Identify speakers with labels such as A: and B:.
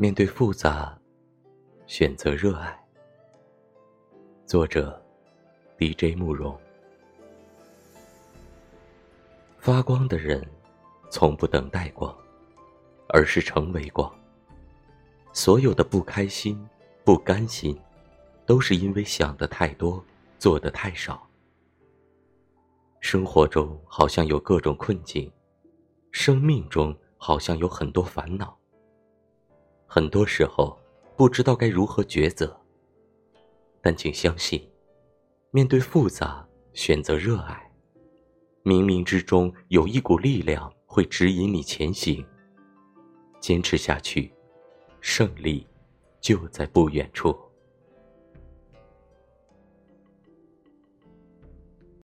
A: 面对复杂，选择热爱。作者 DJ 慕容。发光的人从不等待光，而是成为光。所有的不开心、不甘心，都是因为想得太多，做得太少。生活中好像有各种困境，生命中好像有很多烦恼。很多时候不知道该如何抉择，但请相信，面对复杂，选择热爱，冥冥之中有一股力量会指引你前行。坚持下去，胜利就在不远处。